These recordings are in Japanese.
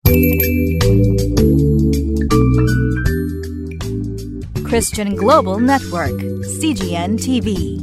Christian Global Network, CGN TV.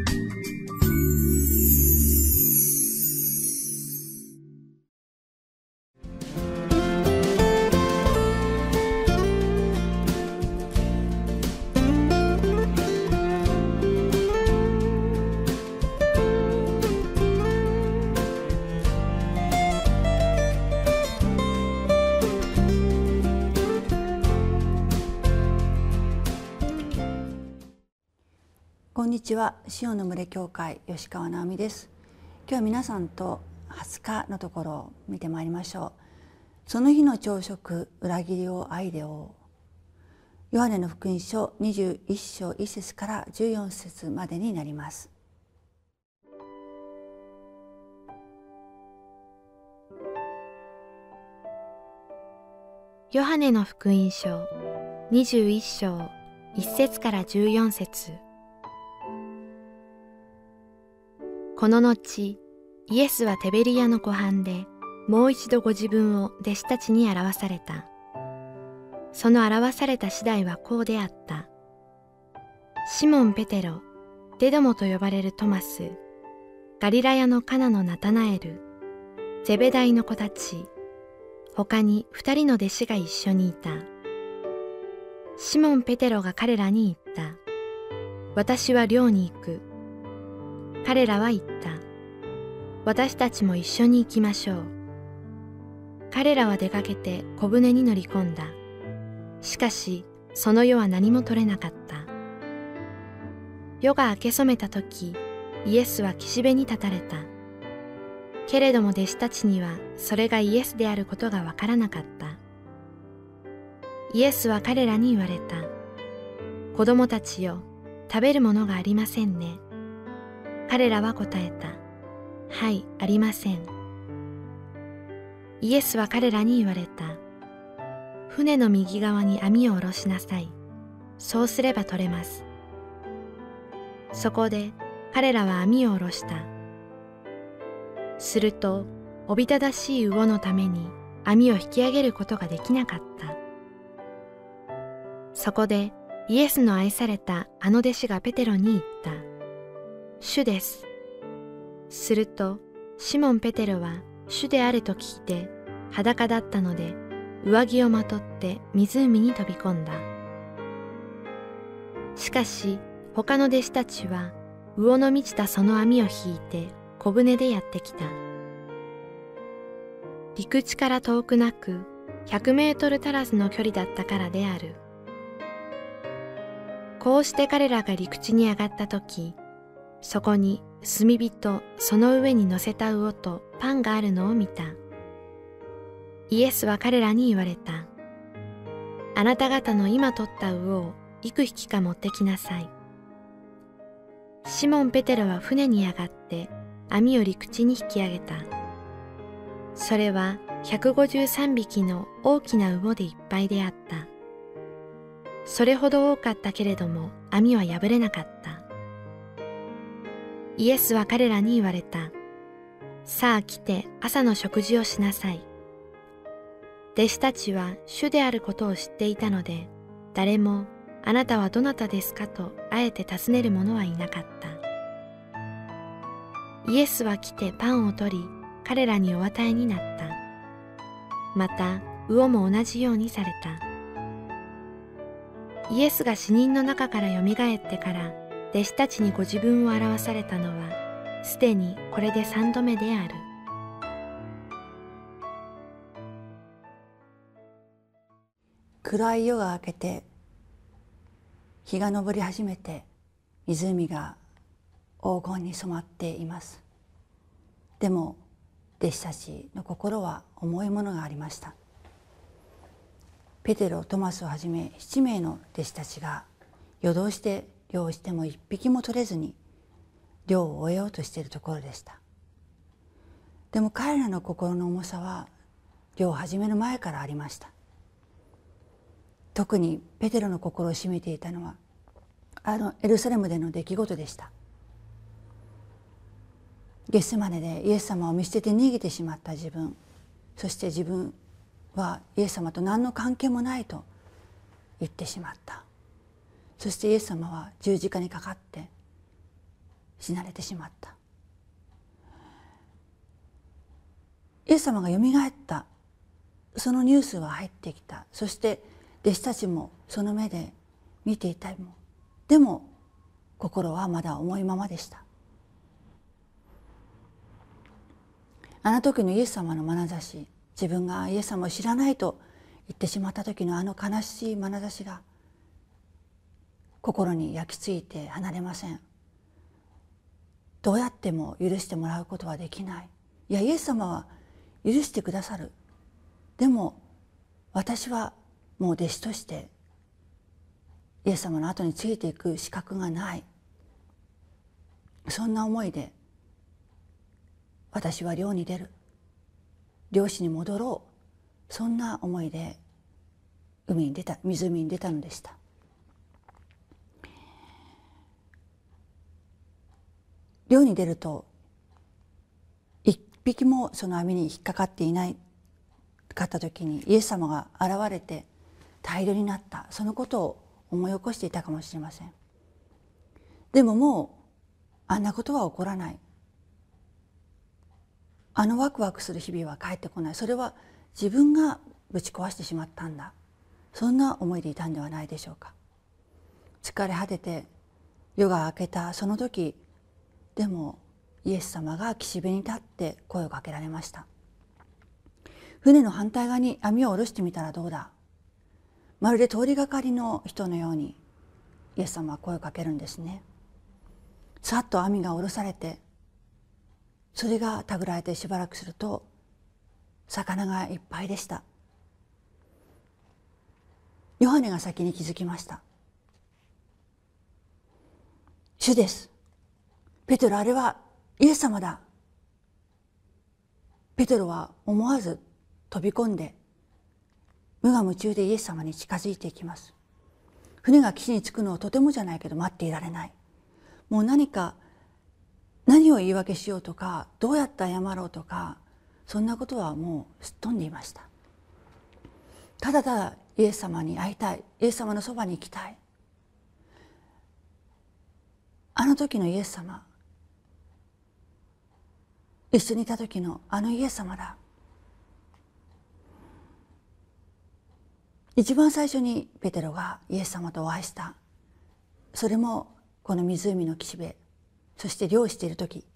こんにちは、シオンの群れ教会吉川直美です。今日は皆さんと20日のところを見てまいりましょう。その日の朝食、裏切りを愛で覆う。ヨハネの福音書21章1節から14節までになります。 ヨハネの福音書21章1節から14節。この後、イエスはテベリアの湖畔でもう一度ご自分を弟子たちに表された。その表された次第はこうであった。シモン・ペテロ、デドモと呼ばれるトマス、ガリラヤのカナのナタナエル、ゼベダイの子たち、他に2人の弟子が一緒にいた。シモン・ペテロが彼らに言った。私は漁に行く。彼らは言った。私たちも一緒に行きましょう。彼らは出かけて小舟に乗り込んだ。しかし、その夜は何も取れなかった。夜が明け染めたとき、イエスは岸辺に立たれた。けれども弟子たちにはそれがイエスであることがわからなかった。イエスは彼らに言われた。子供たちよ、食べるものがありませんね。彼らは答えた。はい、ありません。イエスは彼らに言われた。船の右側に網を下ろしなさい。そうすれば取れます。そこで彼らは網を下ろした。すると、おびただしい魚のために網を引き上げることができなかった。そこでイエスの愛されたあの弟子がペテロに言った。主です。すると、シモン・ペテロは主であると聞いて、裸だったので、上着をまとって湖に飛び込んだ。しかし、他の弟子たちは、魚の満ちたその網を引いて、小舟でやってきた。陸地から遠くなく、100メートル足らずの距離だったからである。こうして彼らが陸地に上がったとき、そこに炭火とその上に乗せた魚とパンがあるのを見た。イエスは彼らに言われた。あなた方の今取った魚を幾匹か持ってきなさい。シモン・ペテロは船に上がって網を陸地に引き上げた。それは153匹の大きな魚でいっぱいであった。それほど多かったけれども網は破れなかった。イエスは彼らに言われた。さあ来て朝の食事をしなさい。弟子たちは主であることを知っていたので、誰もあなたはどなたですかとあえて尋ねる者はいなかった。イエスは来てパンを取り、彼らにお与えになった。また魚も同じようにされた。イエスが死人の中からよみがえってから、弟子たちにご自分を表されたのは、すでにこれで3度目である。 暗い夜が明けて、日が昇り始めて、湖が黄金に染まっています。でも、弟子たちの心は重いものがありました。ペテロ、トマスをはじめ7名の弟子たちが夜通して漁をしても1匹も取れずに漁を終えようとしているところでした。でも彼らの心の重さは漁を始める前からありました。特にペテロの心を占めていたのはエルサレムでの出来事でした。ゲッセマネでイエス様を見捨てて逃げてしまった自分、そして自分はイエス様と何の関係もないと言ってしまった。そしてイエス様は十字架にかかって死なれてしまった。イエス様がよみがえった、そのニュースは入ってきた。そして弟子たちもその目で見ていた。でも心はまだ重いままでした。あの時のイエス様の眼差し、自分がイエス様を知らないと言ってしまった時のあの悲しい眼差しが心に焼き付いて離れません。どうやっても許してもらうことはできない。いや、イエス様は許してくださる。でも私はもう弟子としてイエス様の後についていく資格がない。そんな思いで私は漁に出る、漁師に戻ろう、そんな思いで湖に出たのでした。漁に出ると一匹もその網に引っかかっていないかった時にイエス様が現れて大漁になった、そのことを思い起こしていたかもしれません。でももうあんなことは起こらない。あのワクワクする日々は帰ってこない。それは自分がぶち壊してしまったんだ。そんな思いでいたんではないでしょうか。疲れ果てて夜が明けたその時でもイエス様が岸辺に立って声をかけられました。船の反対側に網を下ろしてみたらどうだ。まるで通りがかりの人のようにイエス様は声をかけるんですね。さっと網が下ろされて、それがたぐられてしばらくすると魚がいっぱいでした。ヨハネが先に気づきました。主です。ペテロ、あれはイエス様だ。ペテロは思わず飛び込んで無我夢中でイエス様に近づいていきます。船が岸に着くのをとてもじゃないけど待っていられない。もう何を言い訳しようとか、どうやって謝ろうとか、そんなことはもうすっ飛んでいました。ただただイエス様に会いたい、イエス様のそばに行きたい。あの時のイエス様、一緒にいた時のあのイエス様だ。一番最初にペテロがイエス様とお会いした、それもこの湖の岸辺、そして漁をしている時、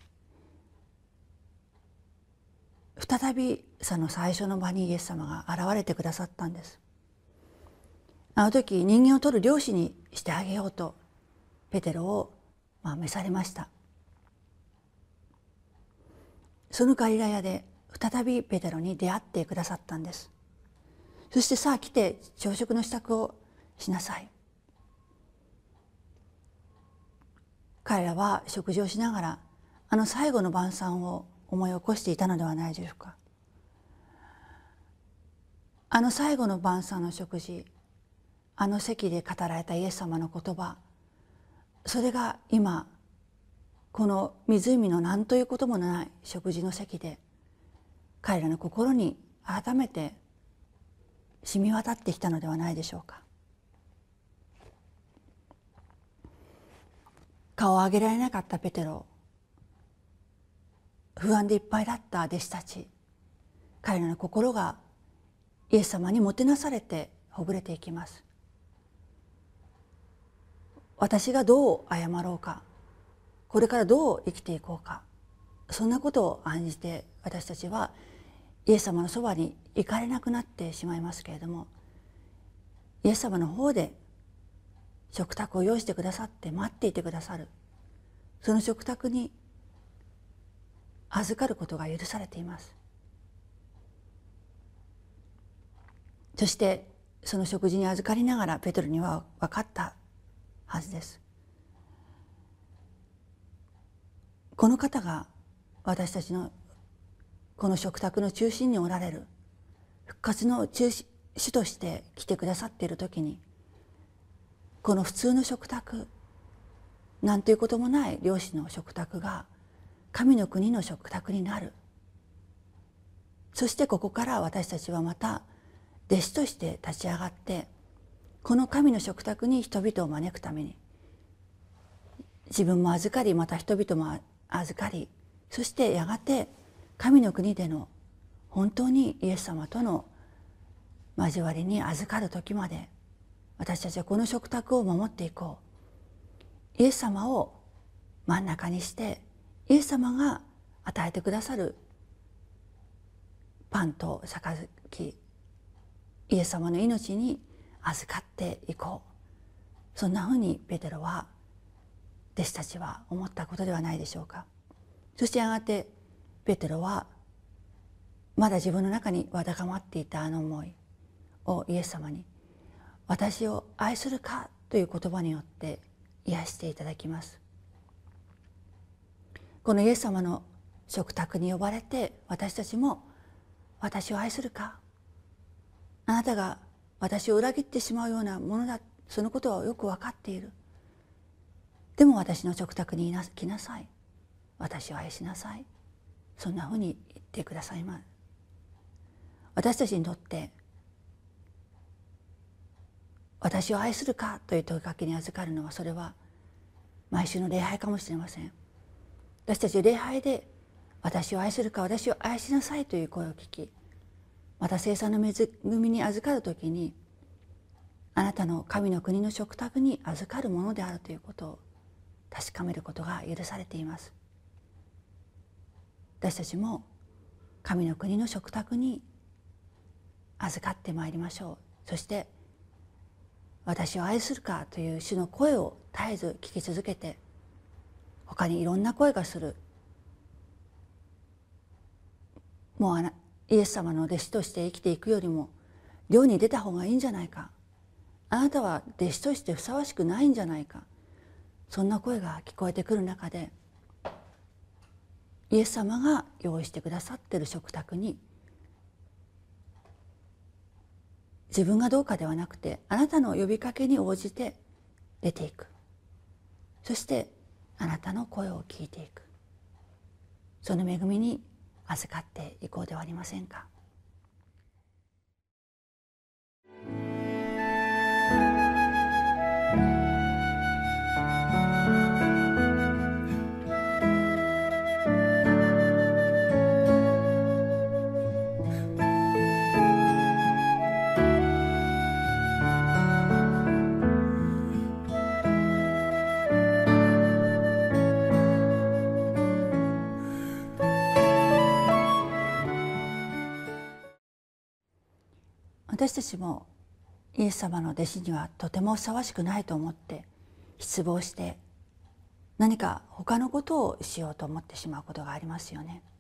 再びその最初の場にイエス様が現れてくださったんです。あの時人間を取る漁師にしてあげようとペテロを召されました。そのガリラヤで再びペテロに出会ってくださったんです。そしてさあ来て朝食の支度をしなさい。彼らは食事をしながらあの最後の晩餐を思い起こしていたのではないでしょうか。あの最後の晩餐の食事、あの席で語られたイエス様の言葉、それが今この湖の何ということもない食事の席で彼らの心に改めて染み渡ってきたのではないでしょうか。顔を上げられなかったペテロ、不安でいっぱいだった弟子たち、彼らの心がイエス様にもてなされてほぐれていきます。私がどう謝ろうか、これからどう生きていこうか、そんなことを案じて私たちはイエス様のそばに行かれなくなってしまいますけれども、イエス様の方で食卓を用意してくださって待っていてくださる、その食卓に預かることが許されています。そしてその食事に預かりながらペテロには分かったはずです。この方が私たちのこの食卓の中心におられる、復活の主として来てくださっている時に、この普通の食卓、なんということもない漁師の食卓が神の国の食卓になる。そしてここから私たちはまた弟子として立ち上がって、この神の食卓に人々を招くために、自分も預かり、また人々も預かり、そしてやがて神の国での本当にイエス様との交わりに預かる時まで、私たちはこの食卓を守っていこう。イエス様を真ん中にして、イエス様が与えてくださるパンと杯、イエス様の命に預かっていこう。そんなふうにペテロは、弟子たちは思ったことではないでしょうか。そしてやがてペテロは、まだ自分の中にわだかまっていたあの思いをイエス様に、私を愛するかという言葉によって癒していただきます。このイエス様の食卓に呼ばれて、私たちも私を愛するか、あなたが私を裏切ってしまうようなものだ、そのことはよく分かっている。でも私の食卓に来なさい、私を愛しなさい、そんなふうに言ってくださいます。私たちにとって私を愛するかという問いかけに預かるのは、それは毎週の礼拝かもしれません。私たち礼拝で私を愛するか、私を愛しなさいという声を聞き、また聖餐の恵みに預かるときに、あなたの神の国の食卓に預かるものであるということを確かめることが許されています。私たちも神の国の食卓に預かってまいりましょう。そして私を愛するかという主の声を絶えず聞き続けて、他にいろんな声がする、もうイエス様の弟子として生きていくよりも漁に出た方がいいんじゃないか、あなたは弟子としてふさわしくないんじゃないか、そんな声が聞こえてくる中で、イエス様が用意してくださっている食卓に、自分がどうかではなくて、あなたの呼びかけに応じて出ていく。そしてあなたの声を聞いていく。その恵みに預かっていこうではありませんか。私たちもイエス様の弟子にはとてもふさわしくないと思って失望して、何か他のことをしようと思ってしまうことがありますよね。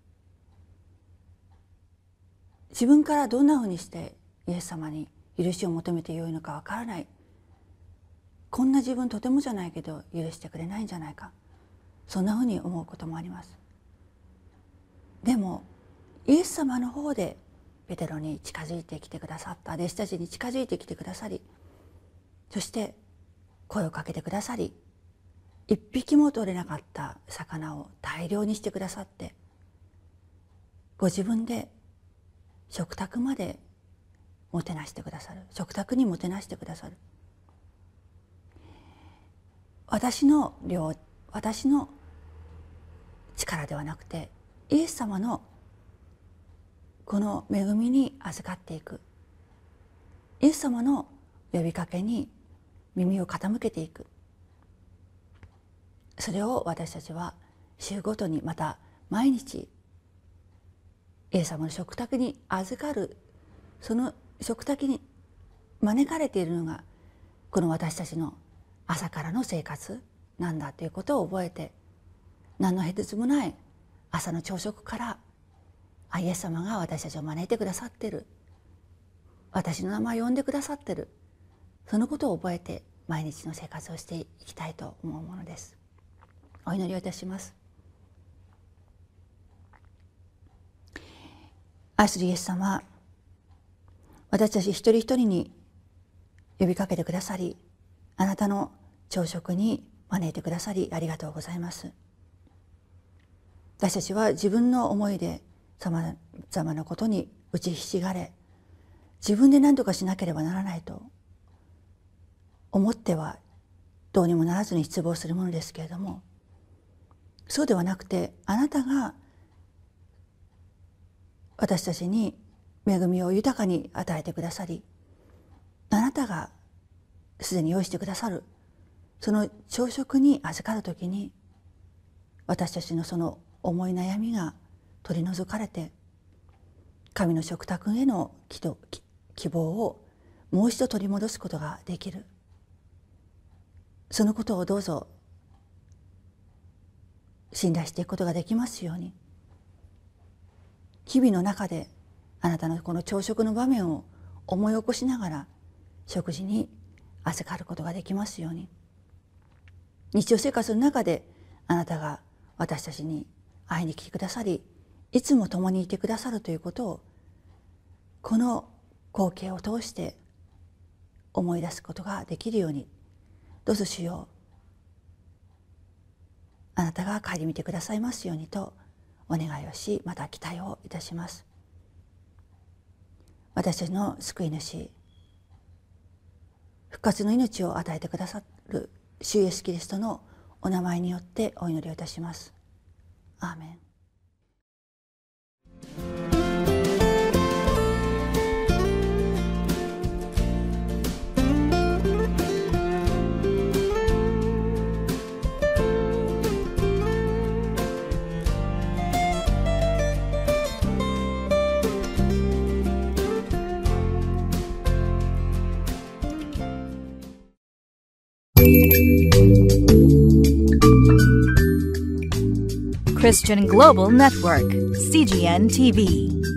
自分からどんなふうにしてイエス様に許しを求めてよいのかわからない、こんな自分とてもじゃないけど許してくれないんじゃないか、そんなふうに思うこともあります。でもイエス様の方でペテロに近づいてきてくださった、弟子たちに近づいてきてくださり、そして声をかけてくださり、一匹も取れなかった魚を大量にしてくださって、ご自分で食卓までもてなしてくださる、食卓にもてなしてくださる。私の力ではなくて、イエス様のこの恵みに預かっていく、イエス様の呼びかけに耳を傾けていく、それを私たちは週ごとに、また毎日イエス様の食卓に預かる、その食卓に招かれているのがこの私たちの朝からの生活なんだということを覚えて、何のへつもない朝の朝食からイエス様が私たちを招いてくださっている、私の名前を呼んでくださっている、そのことを覚えて毎日の生活をしていきたいと思うものです。お祈りをいたします。愛するイエス様、私たち一人一人に呼びかけてくださり、あなたの朝食に招いてくださりありがとうございます。私たちは自分の思いでさまざまなことに打ちひしがれ、 自分で何とかしなければならないと思ってはどうにもならずに失望するものですけれども、そうではなくて、あなたが私たちに恵みを豊かに与えてくださり、あなたがすでに用意してくださるその朝食に預かるときに、私たちのその思い悩みが取り除かれて、神の食卓への希望をもう一度取り戻すことができる。そのことをどうぞ信頼していくことができますように、日々の中であなたのこの朝食の場面を思い起こしながら食事に預かることができますように、日常生活の中であなたが私たちに会いに来てくださり、いつも共にいてくださるということを、この光景を通して思い出すことができるように、どうぞ主よ、あなたが顧みてくださいますようにとお願いをし、また期待をいたします。私たちの救い主、復活の命を与えてくださる主イエスキリストのお名前によってお祈りをいたします。アーメン。 Christian Global Network, CGN TV.